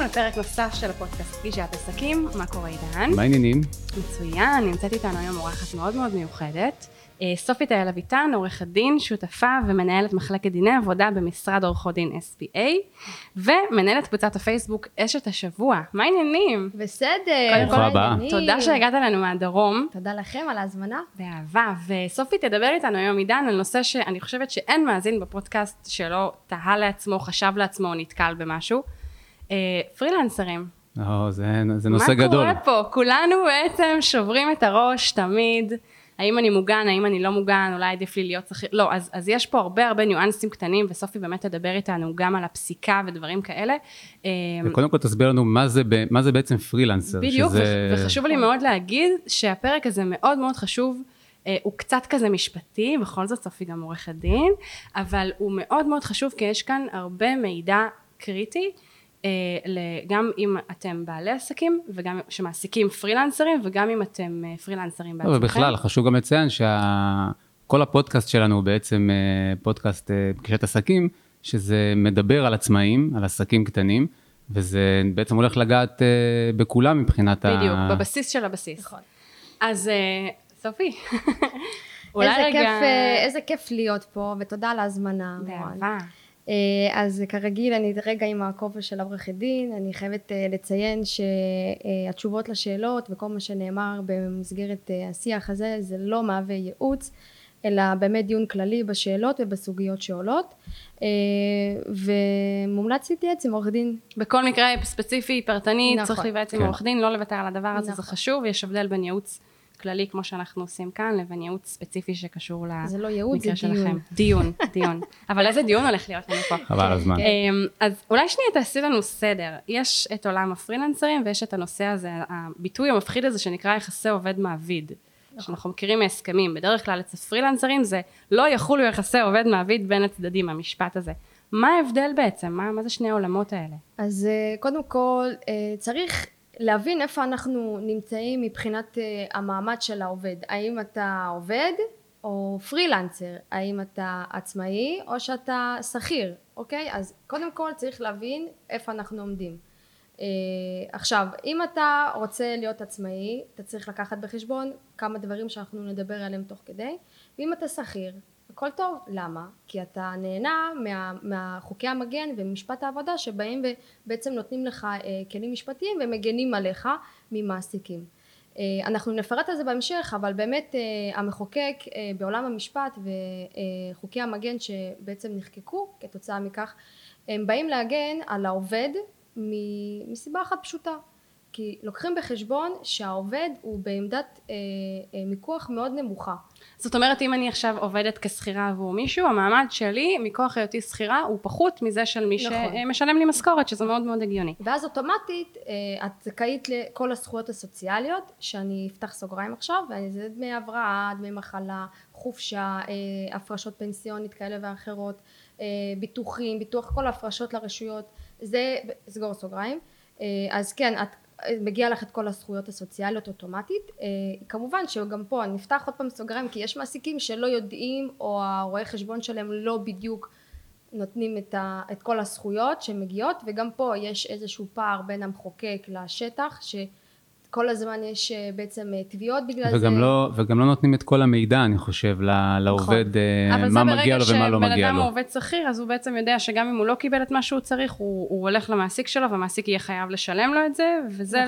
לפרק נוסף של הפודקאסט פגישת עסקים. מה קורה עידן? מה העניינים? מצוין, נמצאת איתנו היום אורחת מאוד מאוד מיוחדת. סופי תהל אביטן, עורכת דין, שותפה ומנהלת מחלקת דיני עבודה במשרד עורכות דין SPA, ומנהלת קבוצת הפייסבוק אשת השבוע. מה העניינים? בסדר. ברוכה הבאה. תודה שהגעת לנו מהדרום. תודה לכם על ההזמנה. באהבה. וסופי תדבר איתנו היום עידן על נושא שאני חושבת שאין מאזין בפודקאסט שלא תהה לעצמו, חשב לעצמו או נתקל במשהו. פרילנסרים. זה נושא גדול. מה קורה פה? כולנו בעצם שוברים את הראש תמיד. האם אני מוגן, האם אני לא מוגן, אולי עדיף לי להיות שכיר, לא, אז יש פה הרבה ניואנסים קטנים, וסופי באמת תדבר איתנו גם על הפסיקה ודברים כאלה. וקודם כל תסביר לנו מה זה בעצם פרילנסר. בדיוק, וחשוב לי מאוד להגיד שהפרק הזה מאוד מאוד חשוב, הוא קצת כזה משפטי, בכל זאת סופי גם עורכת דין, אבל הוא מאוד מאוד חשוב, כי יש כאן הרבה מידע קריטי, גם אם אתם בעלי עסקים וגם שמעסיקים פרילנסרים וגם אם אתם פרילנסרים בעצמכם. ובכלל חשוב גם לציין שכל הפודקאסט שלנו הוא בעצם פודקאסט פגישת עסקים, שזה מדבר על עצמאים, על עסקים קטנים, וזה בעצם הולך לגעת בכולם מבחינת בדיוק, בבסיס של הבסיס. נכון. אז סופי, איזה כיף להיות פה, ותודה על ההזמנה. באהבה. אז כרגיל אני רגע עם הכובע של עורכת דין, אני חייבת לציין שהתשובות לשאלות וכל מה שנאמר במסגרת השיח הזה זה לא מהווה ייעוץ, אלא באמת דיון כללי בשאלות ובסוגיות שעולות, ומומלץ להתייעץ עם עורך דין. בכל מקרה ספציפי, פרטני, נכון. צריך להתייעץ עם עורך דין, לא לוותר על הדבר הזה, נכון. זה חשוב, יש הבדל בין ייעוץ כללי כמו שאנחנו עושים כאן, לבין ייעוץ ספציפי שקשור למקרה שלכם. זה לא ייעוץ, זה דיון. דיון. אבל איזה דיון הולך להיות לנו פה? חבל הזמן. אז אולי שנייה תעשי לנו סדר. יש את עולם הפרילנסרים, ויש את הנושא הזה, הביטוי המפחיד הזה שנקרא יחסי עובד מעביד. שאנחנו מכירים מהסכמים. בדרך כלל אצל פרילנסרים זה לא יחולו יחסי עובד מעביד בין הצדדים, המשפט הזה. מה ההבדל בעצם? מה זה שני העולמות האלה? אז קודם כל צריך להבין איפה אנחנו נמצאים מבחינת המעמד של העובד. האם אתה עובד או פרילנסר? האם אתה עצמאי או שאתה שכיר? אוקיי? אז קודם כל צריך להבין איפה אנחנו עומדים. עכשיו, אם אתה רוצה להיות עצמאי, אתה צריך לקחת בחשבון כמה דברים שאנחנו נדבר עליהם תוך כדי. ואם אתה שכיר, הכל טוב. למה? כי אתה נהנה מהחוקי המגן ומשפט העבודה שבאים ובעצם נותנים לך כלים משפטיים ומגנים עליך ממעסיקים. אנחנו נפרט על זה בהמשך, אבל באמת המחוקק בעולם המשפט וחוקי המגן שבעצם נחקקו כתוצאה מכך, הם באים להגן על העובד מסיבה אחת פשוטה. כי לוקחים בחשבון שהעובד הוא בעמדת מיקוח מאוד נמוכה. זאת אומרת, אם אני עכשיו עובדת כשכירה עבור מישהו, המעמד שלי, מכוח היותי שכירה, הוא פחות מזה של מי שמשלם לי משכורת, שזה מאוד מאוד הגיוני. ואז אוטומטית, את זכאית לכל הזכויות הסוציאליות, שאני אפתח סוגריים עכשיו, וזה דמי הבראה, דמי מחלה, חופשה, הפרשות פנסיונית כאלה ואחרות, ביטוחים, ביטוח כל ההפרשות לרשויות, זה סגור סוגריים. אז כן, את מגיע לך את כל הזכויות הסוציאליות אוטומטית. כמובן שגם פה נפתח עוד פעם סוגריים, כי יש מעסיקים שלא יודעים, או הרואי חשבון שלהם לא בדיוק נותנים את כל הזכויות שמגיעות, וגם פה יש איזשהו פער בין המחוקק לשטח, כל הזמן יש בעצם תביעות בגלל זה. וגם לא נותנים את כל המידע, אני חושב, לעובד, מה מגיע לו ומה לא מגיע לו. אבל זה ברגע שבן אדם הוא עובד שכיר, אז הוא בעצם יודע שגם אם הוא לא קיבל את מה שהוא צריך, הוא הולך למעסיק שלו, והמעסיק יהיה חייב לשלם לו את זה,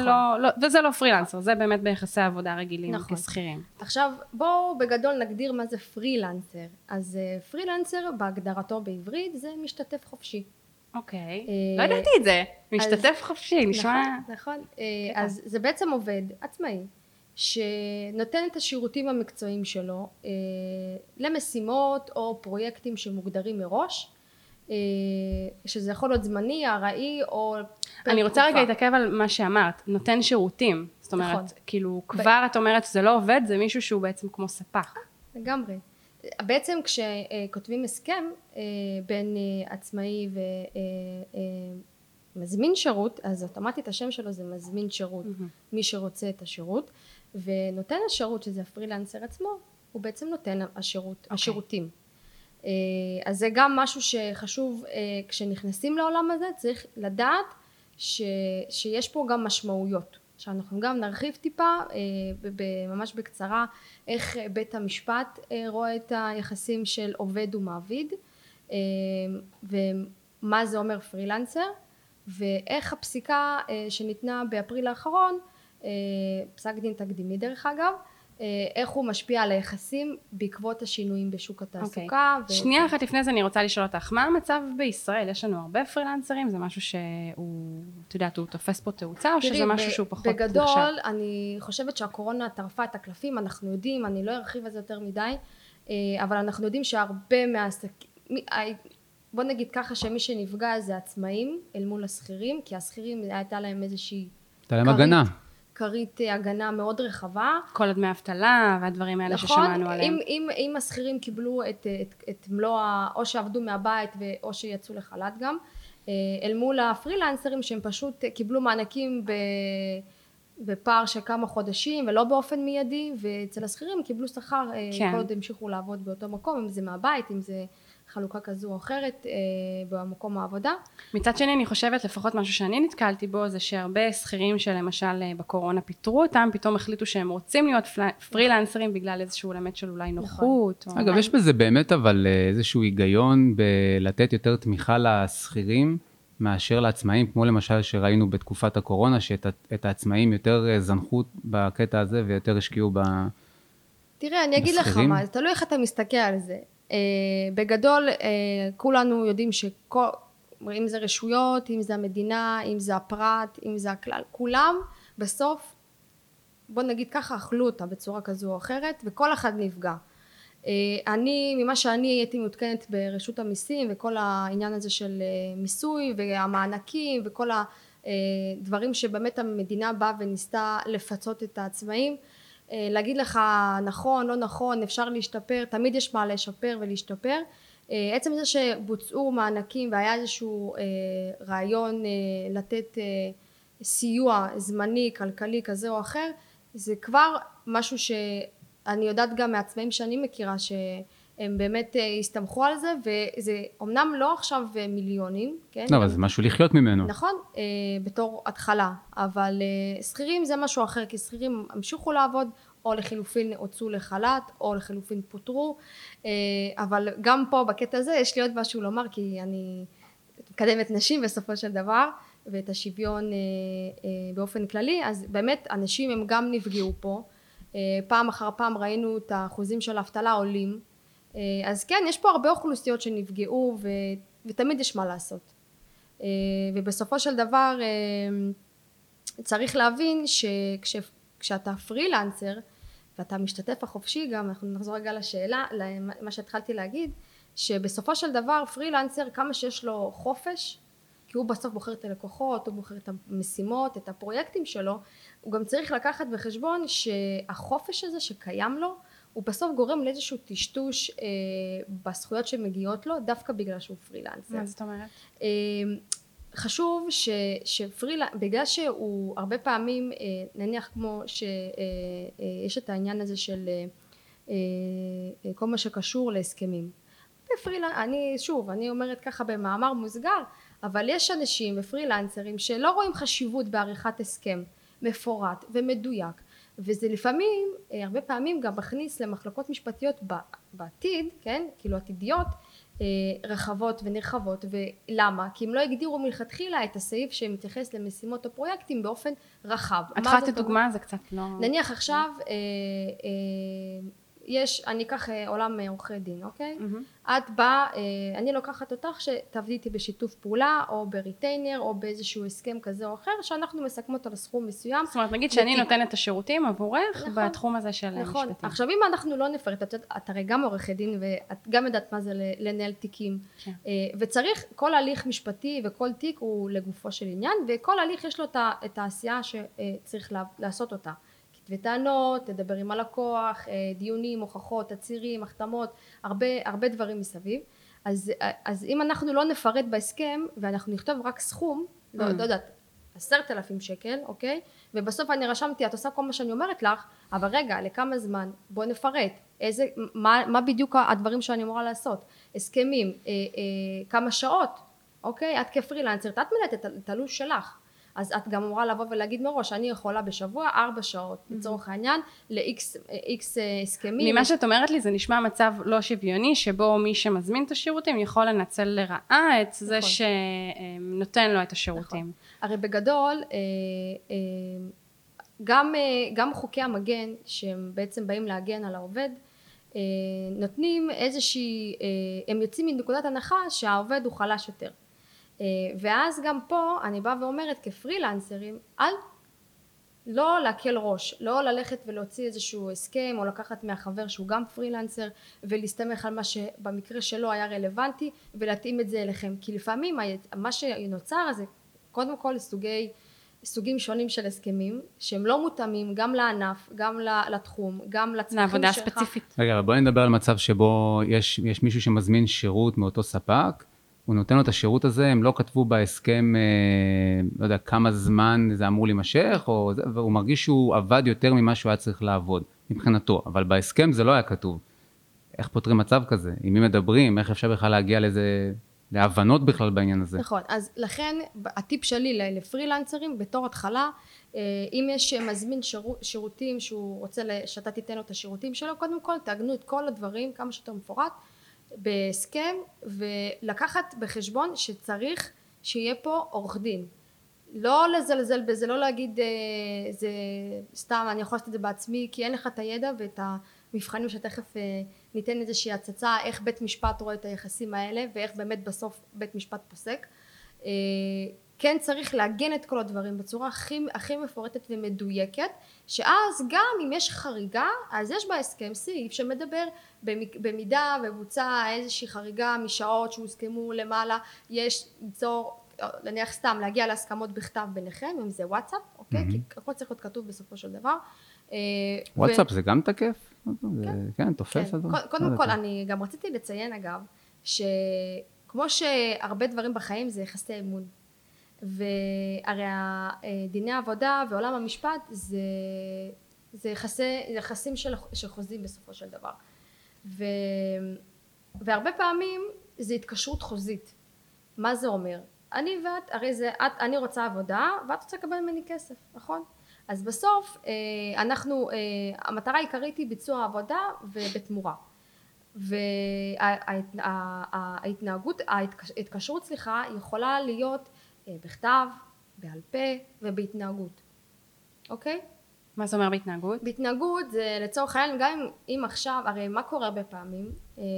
וזה לא פרילנסר, זה באמת ביחסי עבודה רגילים כשכירים. עכשיו, בואו בגדול נגדיר מה זה פרילנסר. אז פרילנסר בהגדרתו בעברית זה משתתף חופשי. אוקיי, לא ידעתי את זה, משתתף חופשי, נשמע... נכון, אז זה בעצם עובד עצמאי, שנותן את השירותים המקצועיים שלו למשימות או פרויקטים שמוגדרים מראש, שזה יכול להיות זמני, ארעי או... אני רוצה רגע להתעכב על מה שאמרת, נותן שירותים, זאת אומרת, כאילו כבר את אומרת שזה לא עובד, זה מישהו שהוא בעצם כמו ספק. לגמרי. בעצם כשכותבים הסכם בין עצמאי ומזמין שירות, אז אוטומטית השם שלו זה מזמין שירות, מי שרוצה את השירות, ונותן השירות שזה הפרילנסר עצמו, הוא בעצם נותן השירותים. אז זה גם משהו שחשוב כשנכנסים לעולם הזה, צריך לדעת שיש פה גם משמעויות, שאנחנו גם נרחיב טיפה ממש בקצרה איך בית המשפט רואה את היחסים של עובד ומעביד, ומה זה אומר פרילנסר, ואיך הפסיקה שניתנה באפריל האחרון, פסק דין תקדימי דרך אגב, איך הוא משפיע על היחסים בעקבות השינויים בשוק התעסוקה. שנייה אחת לפני זה אני רוצה לשאול אותך, מה המצב בישראל? יש לנו הרבה פרילנסרים? זה משהו שהוא, את יודעת, הוא תופס פה תאוצה, או שזה משהו שהוא פחות נחשב? בגדול, אני חושבת שהקורונה טרפה את הקלפים, אנחנו יודעים, אני לא ארחיב על זה יותר מדי, אבל אנחנו יודעים שהרבה מהעסקים, בוא נגיד ככה שמי שנפגע זה עצמאים אל מול השכירים, כי השכירים הייתה להם איזושהי כרית הגנה מאוד רחבה. כל הדמי אבטלה והדברים האלה ששמענו עליהם. נכון, אם השכירים קיבלו את מלוא, או שעבדו מהבית או שיצאו לחל"ת גם, אל מול הפרילנסרים שהם פשוט קיבלו מענקים בפער של כמה חודשים ולא באופן מיידי, ואצל השכירים קיבלו שכר, כל עוד המשיכו לעבוד באותו מקום, אם זה מהבית, אם זה חלוקה כזו או אחרת במקום העבודה. מצד שני אני חושבת, לפחות משהו שאני נתקלתי בו, זה שהרבה שכירים שלמשל בקורונה פיטרו אותם, פתאום החליטו שהם רוצים להיות פרילנסרים בגלל איזשהו אלמנט של אולי נוחות. אגב, יש בזה באמת אבל איזשהו היגיון בלתת יותר תמיכה לשכירים מאשר לעצמאים, כמו למשל שראינו בתקופת הקורונה, שאת העצמאים יותר זנחו בקטע הזה ויותר השקיעו בשכירים. תראה, אני אגיד לך מה, זה תלוי איך אתה מסתכל על זה. בגדול כולנו יודעים אם זה רשויות, אם זה המדינה, אם זה הפרט, אם זה הכלל, כולם בסוף בוא נגיד ככה אכלו אותה בצורה כזו או אחרת וכל אחד נפגע. ממה שאני הייתי מעודכנת ברשות המיסים וכל העניין הזה של מיסוי והמענקים וכל הדברים שבאמת המדינה באה וניסתה לפצות את העצמאים, להגיד לך נכון לא נכון, אפשר להשתפר, תמיד יש מה לשפר ולהשתפר. עצם זה שבוצעו מענקים והיה איזשהו רעיון לתת סיוע זמני כלכלי כזה או אחר, זה כבר משהו שאני יודעת גם מעצמאים שאני מכירה שהם באמת הסתמכו על זה, וזה אמנם לא עכשיו מיליונים, כן? לא, אבל זה משהו לחיות ממנו. נכון, בתור התחלה, אבל שכירים זה משהו אחר, כי שכירים המשיכו לעבוד, או לחילופין הוצאו לחל"ת, או לחילופין פוטרו, אבל גם פה בקטע הזה יש לי עוד משהו לומר, כי אני מקדמת נשים בסופו של דבר, ואת השוויון באופן כללי, אז באמת אנשים הם גם נפגעו פה, פעם אחר פעם ראינו את האחוזים של האבטלה עולים, אז כן, יש פה הרבה אוכלוסיות שנפגעו ותמיד יש מה לעשות. ובסופו של דבר צריך להבין שכשאתה פרילנסר ואתה משתתף החופשי, גם אנחנו נחזור רגע לשאלה, למה שהתחלתי להגיד, שבסופו של דבר פרילנסר כמה שיש לו חופש, כי הוא בסוף בוחר את הלקוחות, הוא בוחר את המשימות, את הפרויקטים שלו, הוא גם צריך לקחת בחשבון שהחופש הזה שקיים לו, הוא בסוף גורם לאיזשהו טשטוש בזכויות שמגיעות לו, דווקא בגלל שהוא פרילנסר. מה זאת אומרת? חשוב בגלל שהוא הרבה פעמים, נניח כמו שיש את העניין הזה של כל מה שקשור להסכמים. אני אומרת ככה במאמר מוסגר, אבל יש אנשים ופרילנסרים שלא רואים חשיבות בעריכת הסכם מפורט ומדויק, וזה לפעמים, הרבה פעמים גם מכניס למחלקות משפטיות בעתיד, כן, כאילו עתידיות, רחבות ונרחבות. ולמה? כי הם לא הגדירו מלכתחילה את הסעיף שמתייחס למשימות או פרויקטים באופן רחב. התחלת דוגמה, זה קצת לא... נניח עכשיו אני אקח עולם עורכי דין, אוקיי? את באה, אני לוקחת אותך שתעבדי איתי בשיתוף פעולה או בריטיינר או באיזשהו הסכם כזה או אחר, שאנחנו מסכמות על סכום מסוים. זאת אומרת, נגיד שאני נותנת את השירותים עבורך בתחום הזה של משפטים. נכון, עכשיו אם אנחנו לא נפרט, את הרי גם עורכת דין ואת גם יודעת מה זה לנהל תיקים, וצריך, כל הליך משפטי וכל תיק הוא לגופו של עניין, וכל הליך יש לו את העשייה שצריך לעשות אותה. וטענות, תדבר עם הלקוח, דיונים, הוכחות, תצהירים, החתמות, הרבה דברים מסביב. אז אם אנחנו לא נפרט בהסכם ואנחנו נכתוב רק סכום, לא יודעת, 10,000 שקל, אוקיי? ובסוף אני רשמתי, את עושה כל מה שאני אומרת לך, אבל רגע, לכמה זמן? בוא נפרט. מה בדיוק הדברים שאני אמורה לעשות? הסכמים, כמה שעות, אוקיי? את כפרילנסר, את מלאת את הלו"ז שלך. אז את גם אמורה לבוא ולהגיד מראש, אני יכולה בשבוע 4 שעות, לצורך העניין, ל-X הסכמים. ממה שאת אומרת לי, זה נשמע מצב לא שוויוני, שבו מי שמזמין את השירותים יכול לנצל לרעה את זה שנותן לו את השירותים. הרי בגדול, גם חוקי המגן, שהם בעצם באים להגן על העובד, נותנים איזושהי, הם יוצאים מנקודת הנחה שהעובד הוא חלש יותר. ואז גם פה אני באה ואומרת כפרילנסרים, לא להקל ראש, לא ללכת ולהוציא איזשהו הסכם או לקחת מהחבר שהוא גם פרילנסר ולהסתמך על מה שבמקרה שלו היה רלוונטי ולהתאים את זה אליכם, כי לפעמים מה שנוצר זה קודם כל סוגים שונים של הסכמים שהם לא מותאמים גם לענף, גם לתחום, גם לצרכים שלך. לעבודה ספציפית. רגע, אבל בואי נדבר על מצב שבו יש מישהו שמזמין שירות מאותו ספק, הוא נותן לו את השירות הזה, הם לא כתבו בהסכם, לא יודע, כמה זמן זה אמור להימשך, והוא מרגיש שהוא עבד יותר ממה שהוא היה צריך לעבוד, מבחינתו, אבל בהסכם זה לא היה כתוב. איך פותרים מצב כזה? עם מי מדברים? איך אפשר בכלל להגיע להבנות בכלל בעניין הזה? נכון, אז לכן הטיפ שלי לפרילנסרים בתור התחלה, אם יש מזמין שירותים שהוא רוצה שאתה תיתן לו את השירותים שלו, קודם כל תעגנו את כל הדברים כמה שיותר מפורט בהסכם, ולקחת בחשבון שצריך שיהיה פה עורך דין. לא לזלזל בזה, לא להגיד זה סתם אני יכולה לעשות את זה בעצמי, כי אין לך את הידע ואת המבחנים שתכף ניתן איזושהי הצצה איך בית משפט רואה את היחסים האלה ואיך באמת בסוף בית משפט פוסק. כן צריך לעגן את כל הדברים בצורה הכי מפורטת ומדויקת, שאז גם אם יש חריגה, אז יש בהסכם סעיף שמדבר במידה ובוצע איזושהי חריגה משעות שהוסכמו למעלה, יש ליצור, נניח סתם להגיע להסכמות בכתב ביניכם, אם זה וואטסאפ, אוקיי? כי הכל צריך להיות כתוב בסופו של דבר. וואטסאפ זה גם תקף? כן, תופס. קודם כל אני גם רציתי לציין אגב, שכמו שהרבה דברים בחיים זה יחסי אמון. והרי דיני העבודה ועולם המשפט זה יחסים של חוזים בסופו של דבר, והרבה פעמים זה התקשרות חוזית. מה זה אומר? אני ואת, הרי אני רוצה עבודה ואת רוצה לקבל ממני כסף, נכון? אז בסוף המטרה העיקרית היא ביצוע עבודה ובתמורה, ההתקשרות יכולה להיות בכתב, בעל פה ובהתנהגות. אוקיי? מה זה אומר בהתנהגות? בהתנהגות זה לצורך העניין, גם אם עכשיו, הרי מה קורה הרבה פעמים?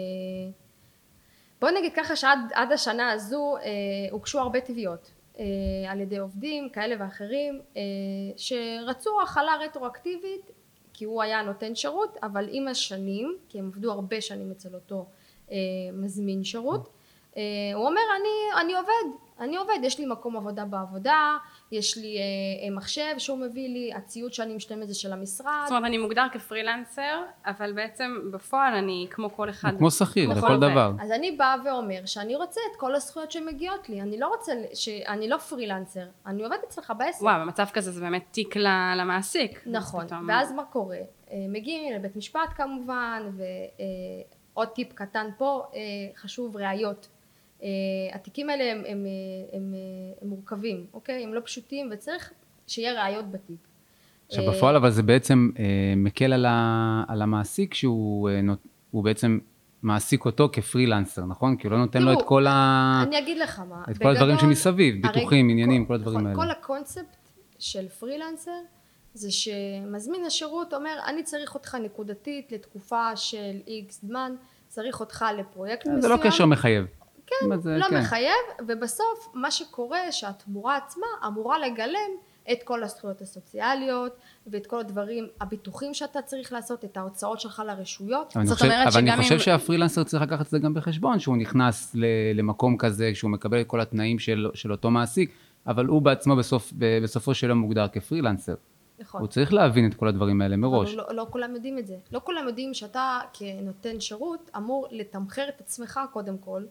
בואו נגיד ככה שעד השנה הזו הוגשו הרבה תביעות על ידי עובדים כאלה ואחרים שרצו החלה רטרואקטיבית כי הוא היה נותן שירות, אבל עם השנים, כי הם עבדו הרבה שנים אצל אותו מזמין שירות, הוא אומר אני עובד, יש לי מקום עבודה בעבודה, יש לי מחשב שהוא מביא לי, הציוד שאני משתמש זה של המשרד. זאת אומרת אני מוגדר כפרילנסר, אבל בעצם בפועל אני כמו כל אחד. כמו שכיר, לכל דבר. אז אני באה ואומר שאני רוצה את כל הזכויות שמגיעות לי, אני לא פרילנסר, אני עובד אצלך בעסק. וואו, במצב כזה זה באמת תיק למעסיק. נכון, ואז מה קורה? מגיעים לבית משפט כמובן, ועוד טיפ קטן פה, חשוב ראיות. התיקים האלה הם מורכבים, אוקיי? הם לא פשוטים וצריך שיהיה ראיות בתיק. עכשיו בפועל אבל זה בעצם מקל על המעסיק שהוא בעצם מעסיק אותו כפרילנסר, נכון? כי הוא לא נותן לו את כל אני אגיד לך מה. את כל הדברים שמסביב, ביטוחים, עניינים, כל הדברים האלה. כל הקונספט של פרילנסר זה שמזמין השירות אומר אני צריך אותך נקודתית לתקופה של X זמן, צריך אותך לפרויקט מסוים. זה לא קשר מחייב. כן, לא מחייב, ובסוף מה שקורה שהתמורה עצמה אמורה לגלם את כל הזכויות הסוציאליות ואת כל הדברים, הביטוחים שאתה צריך לעשות, את ההוצאות שלך לרשויות. אבל אני חושב שהפרילנסר צריך לקחת את זה גם בחשבון, שהוא נכנס למקום כזה, שהוא מקבל את כל התנאים של אותו מעסיק, אבל הוא בעצמו בסופו שלו מוגדר כפרילנסר. נכון. הוא צריך להבין את כל הדברים האלה מראש. לא כולם יודעים את זה. לא כולם יודעים שאתה כנותן שירות אמור לתמחר את עצמך קודם כל,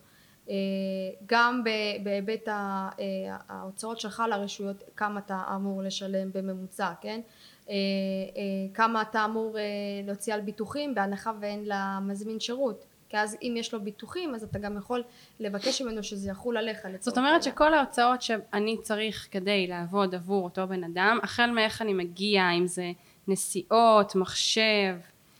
גם בהיבט ההוצאות שלך לרשויות, כמה אתה אמור לשלם בממוצע, כן? כמה אתה אמור להוציא על ביטוחים בהנחה ואין למזמין שירות, כי אז אם יש לו ביטוחים, אז אתה גם יכול לבקש ממנו שזה יחול עליך. זאת אומרת שכל ההוצאות שאני צריך כדי לעבוד עבור אותו בן אדם, החל מאיך אני מגיע, אם זה נסיעות, מחשב,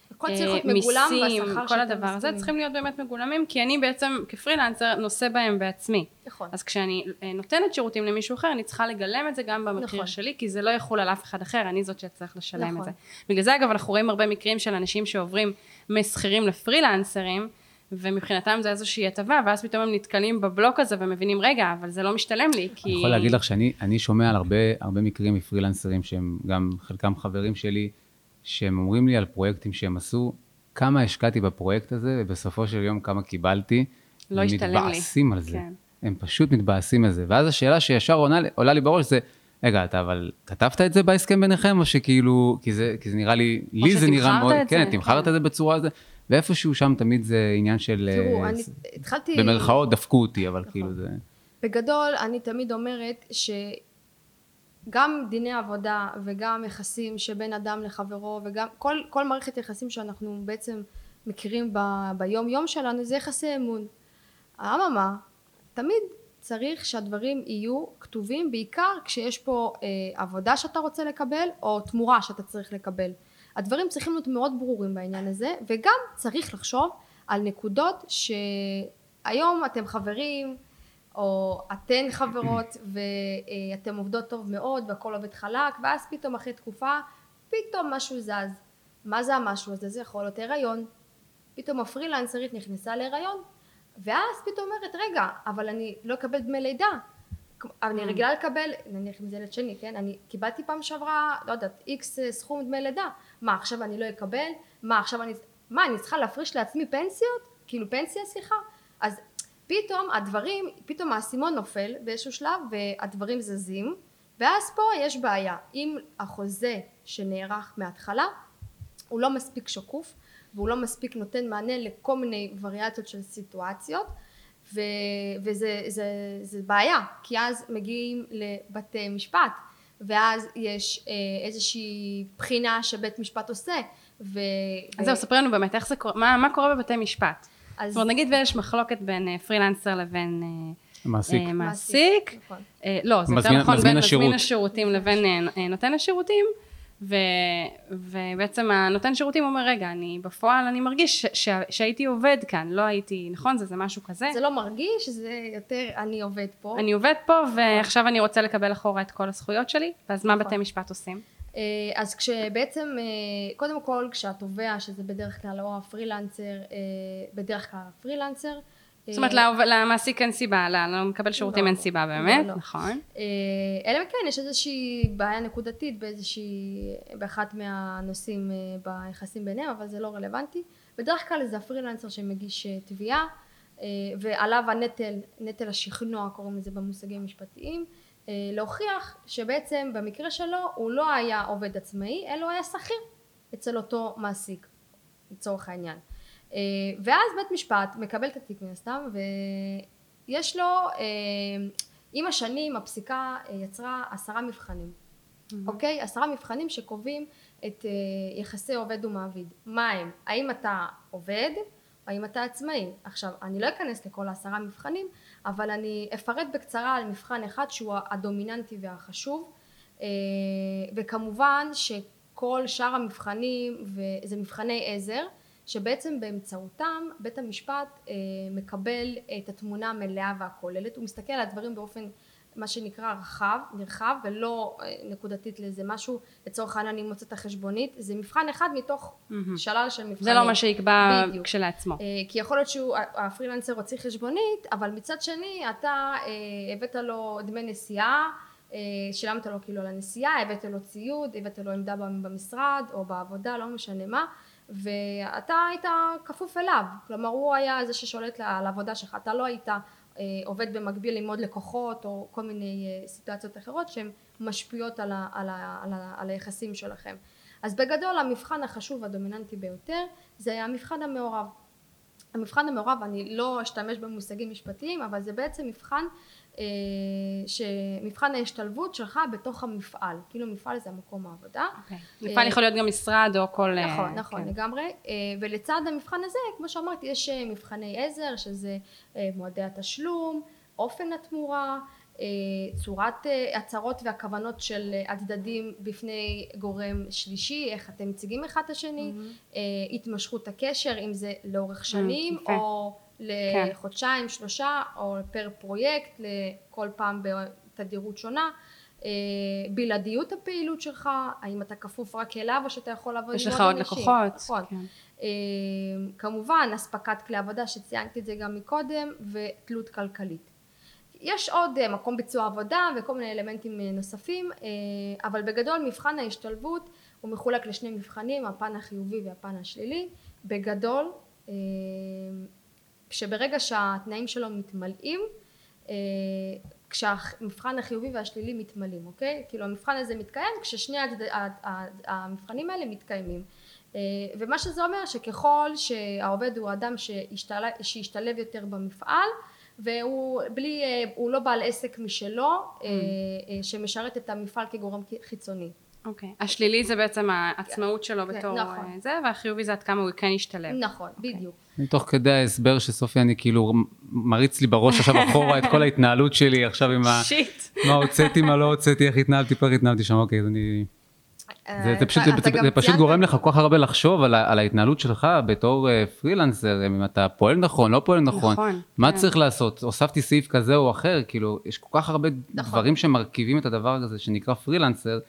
מיסים, כל הדבר הזה צריכים להיות באמת מגולמים, כי אני בעצם כפרילנסר נושא בהם בעצמי. נכון. אז כשאני נותנת שירותים למישהו אחר, אני צריכה לגלם את זה גם במחיר שלי, כי זה לא יחול על אף אחד אחר, אני זאת שצריך לשלם את זה. בגלל זה אגב אנחנו רואים הרבה מקרים של אנשים שעוברים משכירים לפרילנסרים, ומבחינתם זה איזושהי הטבה, ואז פתאום הם נתקלים בבלוק הזה ומבינים, רגע, אבל זה לא משתלם לי, כי... אני יכול להגיד לך שאני שומע על הרבה מקרים מפרילנסרים, שהם גם חלקם חברים שלי, שהם אומרים לי על פרויקטים שהם עשו, כמה השקעתי בפרויקט הזה, ובסופו של יום כמה קיבלתי, לא השתלם לי. מתבאסים על זה. כן. הם פשוט מתבאסים על זה. ואז השאלה שישר עולה לי בראש זה, רגע, אתה אבל כתבת את זה בהסכם ביניכם, או שכאילו, כי זה נראה לי, לי זה נראה מאוד, כן, תמחרת את זה בצורה הזאת, ואיפשהו שם תמיד זה עניין של, תראו, אני התחלתי... במרכאות דפקו אותי, אבל כאילו זה... בגדול, אני תמיד אומרת שגם דיני עבודה וגם יחסים שבין אדם לחברו, וגם כל מערכת יחסים שאנחנו בעצם מכירים ביום יום שלנו, זה יחסי אמון. אממה, תמיד צריך שהדברים יהיו כתובים, בעיקר כשיש פה עבודה שאתה רוצה לקבל, או תמורה שאתה צריך לקבל. הדברים צריכים להיות מאוד ברורים בעניין הזה, וגם צריך לחשוב על נקודות שהיום אתם חברים, או אתן חברות, ואתם עובדות טוב מאוד, והכל עובד חלק, ואז פתאום אחרי תקופה, פתאום משהו זז. מה זה המשהו הזה? זה יכול להיות הריון. פתאום הפרילנסרית נכנסה להיריון, ואז פתאום אומרת, רגע, אבל אני לא אקבל דמי לידה. אני רגילה לקבל, נניח אם זה ילד שני, כן? אני קיבלתי פעם שעברה, לא יודעת, איקס סכום דמי לידה. מה, עכשיו אני לא אקבל? מה, עכשיו אני צריכה להפריש לעצמי פנסיות? כאילו פנסיה, סליחה? אז פתאום האסימון נופל באיזשהו שלב, והדברים זזים, ואז פה יש בעיה. אם החוזה שנערך מההתחלה, הוא לא מספיק שקוף, והוא לא מספיק נותן מענה לכל מיני וריאציות של סיטואציות, וזה בעיה, כי אז מגיעים לבתי משפט, ואז יש איזושהי בחינה שבית משפט עושה. אז זהו, ספרי לנו באמת, איך זה קורה, מה קורה בבתי משפט? זאת אומרת, נגיד ויש מחלוקת בין פרילנסר לבין מעסיק. לא, זה יותר נכון בין מזמין השירותים לבין נותן השירותים, ובעצם הנותן שירותים אומר, רגע, בפועל אני מרגיש שהייתי עובד כאן, לא הייתי, נכון? זה משהו כזה? זה לא מרגיש, זה יותר אני עובד פה. אני עובד פה, ועכשיו אני רוצה לקבל אחורה את כל הזכויות שלי, ואז מה בתי משפט עושים? אז כשבעצם, קודם כל, כשהתובע, שזה בדרך כלל או הפרילנסר, בדרך כלל הפרילנסר, זאת אומרת, למעסיק אין סיבה, לא מקבל שירותים אין סיבה באמת, נכון. אלא מכן, יש איזושהי בעיה נקודתית באחת מהנושאים ביחסים ביניהם, אבל זה לא רלוונטי. בדרך כלל זה הפרילנסר שמגיש תביעה, ועליו נטל השכנוע, קוראים לזה במושגים משפטיים, להוכיח שבעצם במקרה שלו הוא לא היה עובד עצמאי, אלא הוא היה שכיר אצל אותו מעסיק, לצורך העניין. ואז בית משפט מקבל את התיק מן הסתם, ויש לו, עם השנים הפסיקה יצרה 10 מבחנים, אוקיי? 10 מבחנים שקובעים את יחסי עובד ומעביד. מה הם? האם אתה עובד, או האם אתה עצמאי? עכשיו, אני לא אכנס לכל 10 מבחנים, אבל אני אפרט בקצרה על מבחן אחד שהוא הדומיננטי והחשוב, וכמובן שכל שאר המבחנים, וזה מבחני עזר, שבעצם באמצעותם בית המשפט מקבל את התמונה המלאה והכוללת, הוא מסתכל על הדברים באופן מה שנקרא נרחב ולא נקודתית לאיזה משהו, לצורך העניין אני מוצאת החשבונית, זה מבחן אחד מתוך שלל של מבחנים. זה לא מה שיקבע כשלעצמו. כי יכול להיות שהפרילנסר הוציא חשבונית, אבל מצד שני אתה הבאת לו דמי נסיעה, שילמת לו כאילו על הנסיעה, הבאת לו ציוד, הבאת לו עמדה במשרד או בעבודה, לא משנה מה, ואתה היית כפוף אליו, כלומר הוא היה זה ששולט על העבודה שלך, אתה לא היית עובד במקביל ללמוד לקוחות או כל מיני סיטואציות אחרות שהן משפיעות על היחסים שלכם. אז בגדול המבחן החשוב והדומיננטי ביותר זה היה המבחן המעורב. המבחן המעורב, אני לא אשתמש במושגים משפטיים, אבל זה בעצם מבחן ההשתלבות שלך בתוך המפעל, כאילו מפעל זה המקום העבודה. מפעל יכול להיות גם משרד או כל... נכון, לגמרי, ולצד המבחן הזה, כמו שאמרתי, יש מבחני עזר, שזה מועדי התשלום, אופן התמורה, צורת הצהרות והכוונות של הצדדים בפני גורם שלישי, איך אתם מציגים אחד את השני, התמשכות הקשר, אם זה לאורך שנים או לחודשיים, 3, או פר פרויקט, לכל פעם בתדירות שונה, בלעדיות הפעילות שלך, האם אתה כפוף רק אליו או שאתה יכול לעבוד עם עוד אנשים. יש לך עוד לקוחות. נכון. כמובן, הספקת כלי עבודה שציינתי את זה גם מקודם, ותלות כלכלית. יש עוד מקום ביצוע עבודה וכל מיני אלמנטים נוספים, אבל בגדול מבחן ההשתלבות הוא מחולק לשני מבחנים, הפן החיובי והפן השלילי. בגדול, שברגע שהתנאים שלו מתמלאים, כשהמבחן החיובי והשלילי מתמלאים, אוקיי? כאילו המבחן הזה מתקיים כששני המבחנים האלה מתקיימים. ומה שזה אומר שככל שהעובד הוא אדם שישתלב יותר במפעל, והוא לא בעל עסק משלו, שמשרת את המפעל כגורם חיצוני. אוקיי. השלילי זה בעצם העצמאות שלו בתור זה, והחיובי זה עד כמה הוא כן ישתלב. נכון, בדיוק. תוך כדי ההסבר שסופי אני כאילו מריץ לי בראש עכשיו אחורה את כל ההתנהלות שלי, עכשיו עם מה הוצאתי, מה לא הוצאתי, איך התנהלתי פה, איך התנהלתי שם, אוקיי, אז אני... זה פשוט גורם לך כל כך הרבה לחשוב על ההתנהלות שלך בתור פרילנסר, אם אתה פועל נכון, לא פועל נכון, מה צריך לעשות, הוספתי סעיף כזה או אחר, כאילו יש כל כך הרבה דברים שמרכיבים את הדבר הזה שנקרא פרילנסר,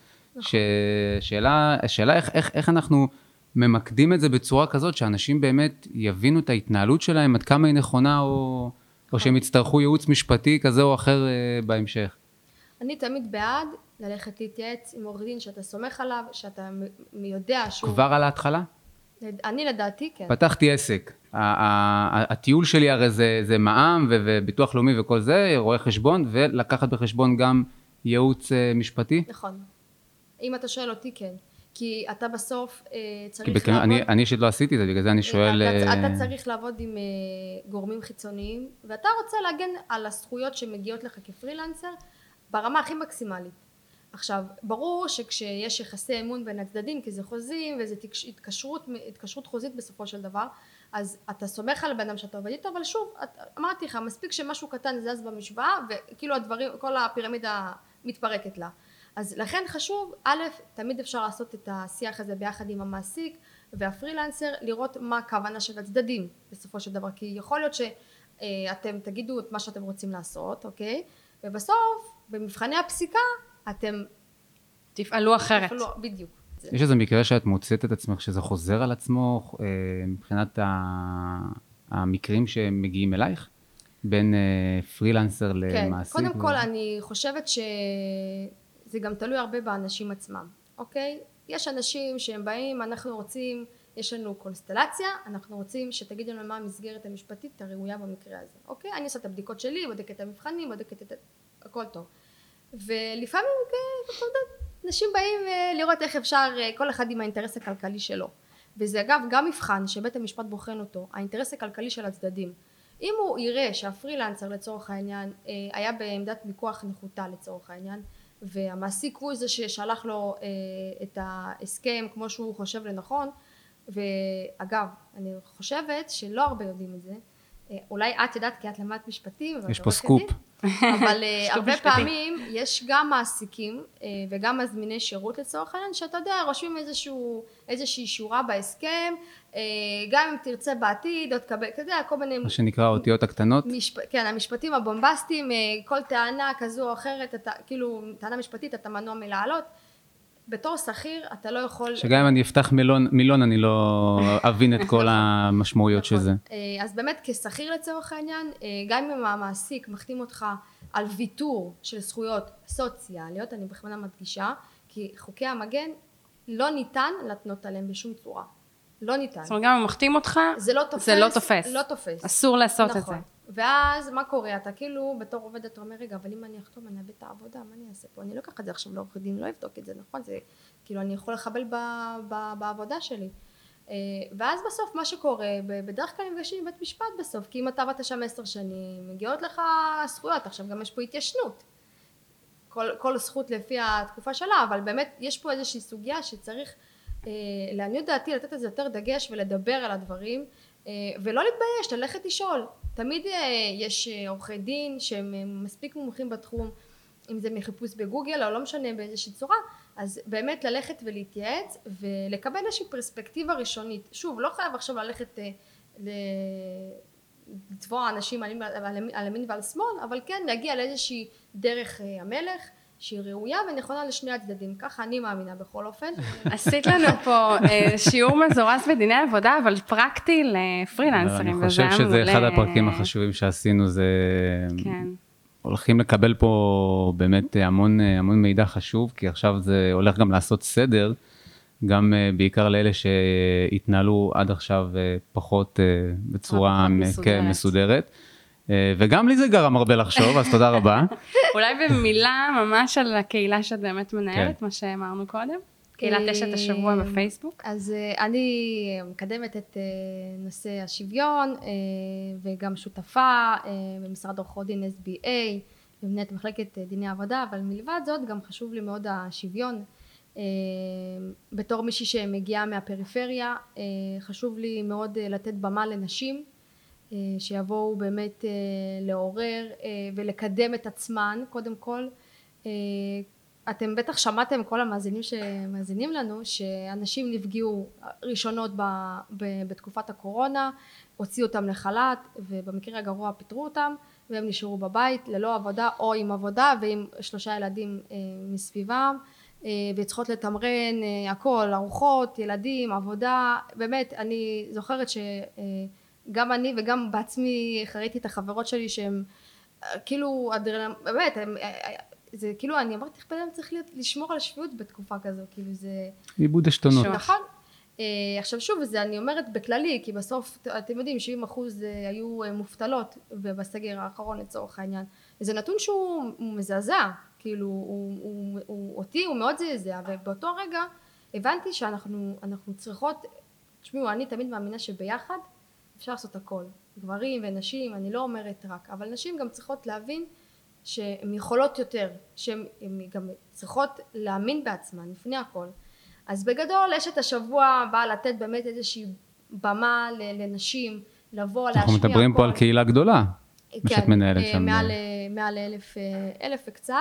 שאלה איך אנחנו ממקדים את זה בצורה כזאת, שאנשים באמת יבינו את ההתנהלות שלהם, עד כמה היא נכונה, או שהם יצטרכו ייעוץ משפטי כזה או אחר בהמשך. אני תמיד בעד ללכת להתייעץ עם עורך דין שאתה סומך עליו, שאתה יודע שהוא... כבר על ההתחלה? אני לדעתי, כן. פתחתי עסק. הטיול שלי הרי זה מע"מ וביטוח לאומי וכל זה, רואה חשבון, ולקחת בחשבון גם ייעוץ משפטי? נכון. אם אתה שואל אותי, כן. כי אתה בסוף צריך לעבוד... אני אישית לא עשיתי את זה, בגלל זה אני שואל... אתה צריך לעבוד עם גורמים חיצוניים, ואתה רוצה להגן על הזכויות שמגיעות לך כפרילנסר, ברמה הכי מקסימלית. עכשיו, ברור שכשיש יחסי אמון בין הצדדים, כי זה חוזים וזה התקשרות חוזית בסופו של דבר, אז אתה סומך על הבן אדם שאתה עובד איתו, אבל שוב, אמרתי לך, מספיק שמשהו קטן זז במשוואה, וכאילו הדברים, כל הפירמידה מתפרקת לה. אז לכן חשוב, א', תמיד אפשר לעשות את השיח הזה ביחד עם המעסיק והפרילנסר, לראות מה הכוונה של הצדדים בסופו של דבר, כי יכול להיות שאתם תגידו את מה שאתם רוצים לעשות, אוקיי? ובסוף, במבחני הפסיקה, אתם תפעלו אחרת. בדיוק. יש איזה מקרה שאת מוצאת את עצמך שזה חוזר על עצמו מבחינת המקרים שמגיעים אלייך? בין פרילנסר למעסיק? כן, קודם כל אני חושבת שזה גם תלוי הרבה באנשים עצמם, אוקיי? יש אנשים שהם באים, אנחנו רוצים, יש לנו קונסטלציה, אנחנו רוצים שתגידו לנו מה המסגרת המשפטית הראויה במקרה הזה, אוקיי? אני עושה את הבדיקות שלי, בודקת את המבחנים, בודקת את הכל טוב. ולפעמים אנשים באים לראות איך אפשר, כל אחד עם האינטרס הכלכלי שלו. וזה אגב גם מבחן שבית המשפט בוחן אותו, האינטרס הכלכלי של הצדדים. אם הוא יראה שהפרילנסר לצורך העניין היה בעמדת מיקוח נחותה לצורך העניין, והמעסיק הוא זה ששלח לו את ההסכם כמו שהוא חושב לנכון, ואגב אני חושבת שלא הרבה יודעים את זה, אולי את יודעת כי את למדת משפטים, יש פה סקופ, אבל הרבה פעמים יש גם מעסיקים וגם מזמיני שירות לצורך העניין, שאתה יודע, רושמים איזושהי שורה בהסכם, גם אם תרצה בעתיד, או תקבל, כזה, כל מיני... מה שנקרא האותיות הקטנות. כן, המשפטים הבומבסטיים, כל טענה כזו או אחרת, כאילו, טענה משפטית, אתה מנוע מלעלות, בתור שכיר אתה לא יכול... שגם אם אני אפתח מילון אני לא אבין את כל המשמעויות של זה. אז באמת כשכיר לצורך העניין, גם אם המעסיק מחתים אותך על ויתור של זכויות סוציאליות, אני בכוונה מדגישה, כי חוקי המגן לא ניתן להתנות עליהם בשום צורה. לא ניתן. זאת אומרת, גם אם מחתים אותך, זה לא תופס. אסור לעשות את זה. ואז מה קורה? אתה כאילו בתור עובד אתה אומר רגע, אבל אם אני אחתום אני אאבד את העבודה, מה אני אעשה פה? אני לא אקח את זה עכשיו לעורך דין, לא אבדוק את זה, נכון? זה כאילו אני יכול לחבל בעבודה שלי. ואז בסוף מה שקורה, בדרך כלל נפגשים בבית משפט בסוף, כי אם אתה עבדת שם 10 שנים, מגיעות לך זכויות, עכשיו גם יש פה התיישנות, כל זכות לפי התקופה שלה, אבל באמת יש פה איזושהי סוגיה שצריך לעניות דעתי לתת לזה יותר דגש ולדבר על הדברים, ולא להתבייש, ללכת לשאול. תמיד יש עורכי דין שהם מספיק מומחים בתחום, אם זה מחיפוש בגוגל או לא משנה באיזושהי צורה, אז באמת ללכת ולהתייעץ ולקבל איזושהי פרספקטיבה ראשונית. שוב, לא חייב עכשיו ללכת לתבוע אנשים על ימין ועל שמאל, אבל כן להגיע לאיזושהי דרך המלך שהיא ראויה ונכונה לשני הצדדים. ככה אני מאמינה בכל אופן. עשית לנו פה שיעור מזורז בדיני עבודה, אבל פרקטי לפרילנסרים. אני חושב שזה אחד הפרקים החשובים שעשינו, זה... כן. הולכים לקבל פה באמת המון מידע חשוב, כי עכשיו זה הולך גם לעשות סדר, גם בעיקר לאלה שהתנהלו עד עכשיו פחות בצורה מסודרת. וגם לי זה גרם הרבה לחשוב, אז תודה רבה. אולי במילה ממש על הקהילה שאת באמת מנהלת, מה שאמרנו קודם. קהילת אשת השבוע בפייסבוק. אז אני מקדמת את נושא השוויון, וגם שותפה במשרד עורכות דין SBA, ומנהלת מחלקת דיני עבודה, אבל מלבד זאת גם חשוב לי מאוד השוויון. בתור מישהי שמגיעה מהפריפריה, חשוב לי מאוד לתת במה לנשים, שיבואו באמת לעורר ולקדם את עצמן קודם כל. אתם בטח שמעתם כל המאזינים שמאזינים לנו שאנשים נפגעו ראשונות בתקופת הקורונה, הוציאו אותם לחל"ת ובמקרה הגרוע פיטרו אותם והם נשארו בבית ללא עבודה או עם עבודה ועם 3 ילדים מסביבם וצריכות לתמרן הכל, ארוחות, ילדים, עבודה. באמת אני זוכרת שגם אני וגם בעצמי חריתי את החברות שלי שהם כאילו באמת זה כאילו אני אמרתי איך בן צריך לשמור על השפיות בתקופה כזו, כאילו זה איבוד עשתונות. נכון. עכשיו שוב זה אני אומרת בכללי, כי בסוף אתם יודעים 70% היו מובטלות בסגר האחרון לצורך העניין, וזה נתון שהוא מזעזע, כאילו אותי הוא מאוד זעזע, ובאותו רגע הבנתי שאנחנו צריכות, תשמעו אני תמיד מאמינה שביחד אפשר לעשות הכל, גברים ונשים, אני לא אומרת רק, אבל נשים גם צריכות להבין שהן יכולות יותר, שהן גם צריכות להאמין בעצמן לפני הכל. אז בגדול אשת השבוע באה לתת באמת איזושהי במה לנשים, לבוא להשמיע הכל. אנחנו מדברים פה על קהילה גדולה, שאת מנהלת שם. מעל 1,000 וקצת.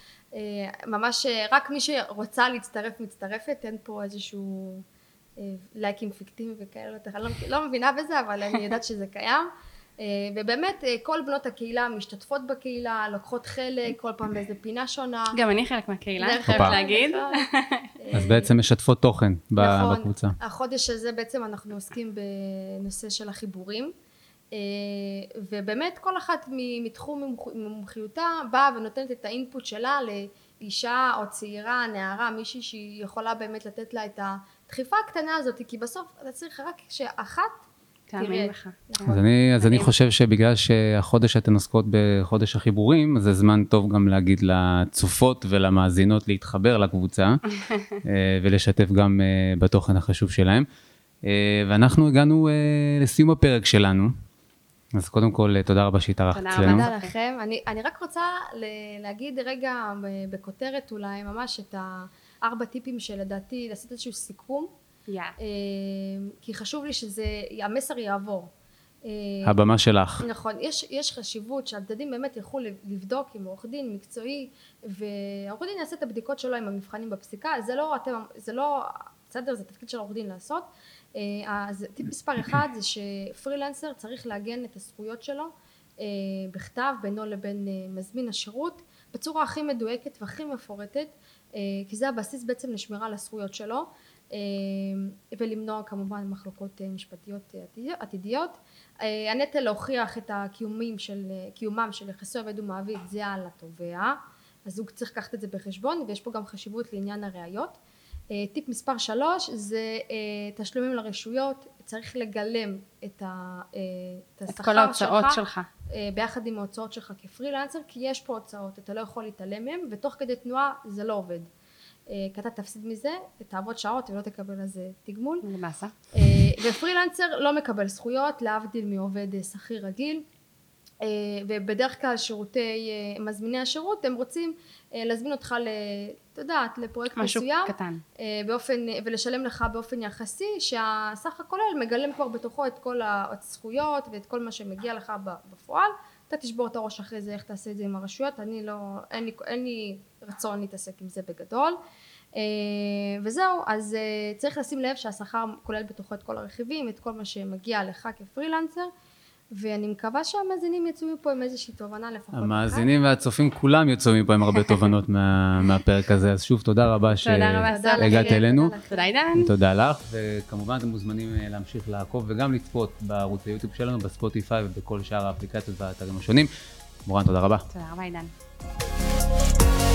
ממש רק מי שרוצה להצטרף מצטרפת, אין פה איזשהו לייקים פיקטיביים וכאלה, אני לא מבינה בזה, אבל אני יודעת שזה קיים. ובאמת כל בנות הקהילה משתתפות בקהילה, לוקחות חלק, כל פעם באיזה פינה שונה. גם אני חלק מהקהילה, אני חייבת להגיד. אז בעצם משתפות תוכן בקבוצה. נכון, החודש הזה בעצם אנחנו עוסקים בנושא של החיבורים, ובאמת כל אחת מתחום מומחיותה באה ונותנת את האינפוט שלה לאישה או צעירה, נערה, מישהי שהיא יכולה באמת לתת לה את הדחיפה הקטנה הזאת, כי בסוף אתה צריך רק שאחת תאמין לך. אז אני חושב שבגלל שהחודש שאתן עוסקות בחודש החיבורים, אז זה זמן טוב גם להגיד לצופות ולמאזינות להתחבר לקבוצה, ולשתף גם בתוכן החשוב שלהם. ואנחנו הגענו לסיום הפרק שלנו, אז קודם כל תודה רבה שהתארחת אצלנו. תודה לכם. אני רק רוצה להגיד רגע בכותרת אולי ממש את 4 טיפים שלדעתי לעשות איזשהו סיכום, כי חשוב לי שהמסר יעבור. הבמה שלך. נכון, יש חשיבות שהצדדים באמת ילכו לבדוק עם עורך דין מקצועי, והעורך דין יעשה את הבדיקות שלו עם המבחנים בפסיקה, זה לא בסדר, זה תפקיד של עורך דין לעשות. אז טיפ מספר 1 זה שפרילנסר צריך לעגן את הזכויות שלו בכתב בינו לבין מזמין השירות בצורה הכי מדויקת והכי מפורטת, כי זה הבסיס בעצם לשמירה על הזכויות שלו, ולמנוע כמובן מחלוקות משפטיות עתידיות. הנטל להוכיח את קיומם של יחסי עובד ומעביד זה על התובע, אז הוא צריך לקחת את זה בחשבון, ויש פה גם חשיבות לעניין הראיות. טיפ מספר 3 זה תשלומים לרשויות, צריך לגלם את כל ההוצאות שלך ביחד עם ההוצאות שלך כפרילנסר, כי יש פה הוצאות, אתה לא יכול להתעלם מהם, ותוך כדי תנועה זה לא עובד. כי אתה תפסיד מזה, תעבוד שעות ולא תקבל על זה תגמול. למעשה. ופרילנסר לא מקבל זכויות, להבדיל מעובד שכיר רגיל. ובדרך כלל שירותי מזמיני השירות הם רוצים להזמין אותך לפרויקט מסוים, משהו קטן, ולשלם לך באופן יחסי שהסך הכולל מגלם כבר בתוכו את כל הזכויות ואת כל מה שמגיע לך בפועל. אתה תשבור את הראש אחרי זה איך תעשה את זה עם הרשויות, אין לי רצון להתעסק עם זה בגדול. וזהו, אז צריך לשים לב שהשכר כולל בתוכו את כל הרכיבים, את כל מה שמגיע לך כפרילנסר, ואני מקווה שהמאזינים יצאו מפה עם איזושהי תובנה לפחות. המאזינים והצופים כולם יצאו מפה עם הרבה תובנות מהפרק הזה, אז שוב תודה רבה שהגעת אלינו. תודה עידן. תודה לך, וכמובן אתם מוזמנים להמשיך לעקוב וגם לצפות בערוץ היוטיוב שלנו, בספוטיפיי ובכל שאר האפליקציות והאתרים השונים. מורן, תודה רבה. תודה רבה עידן.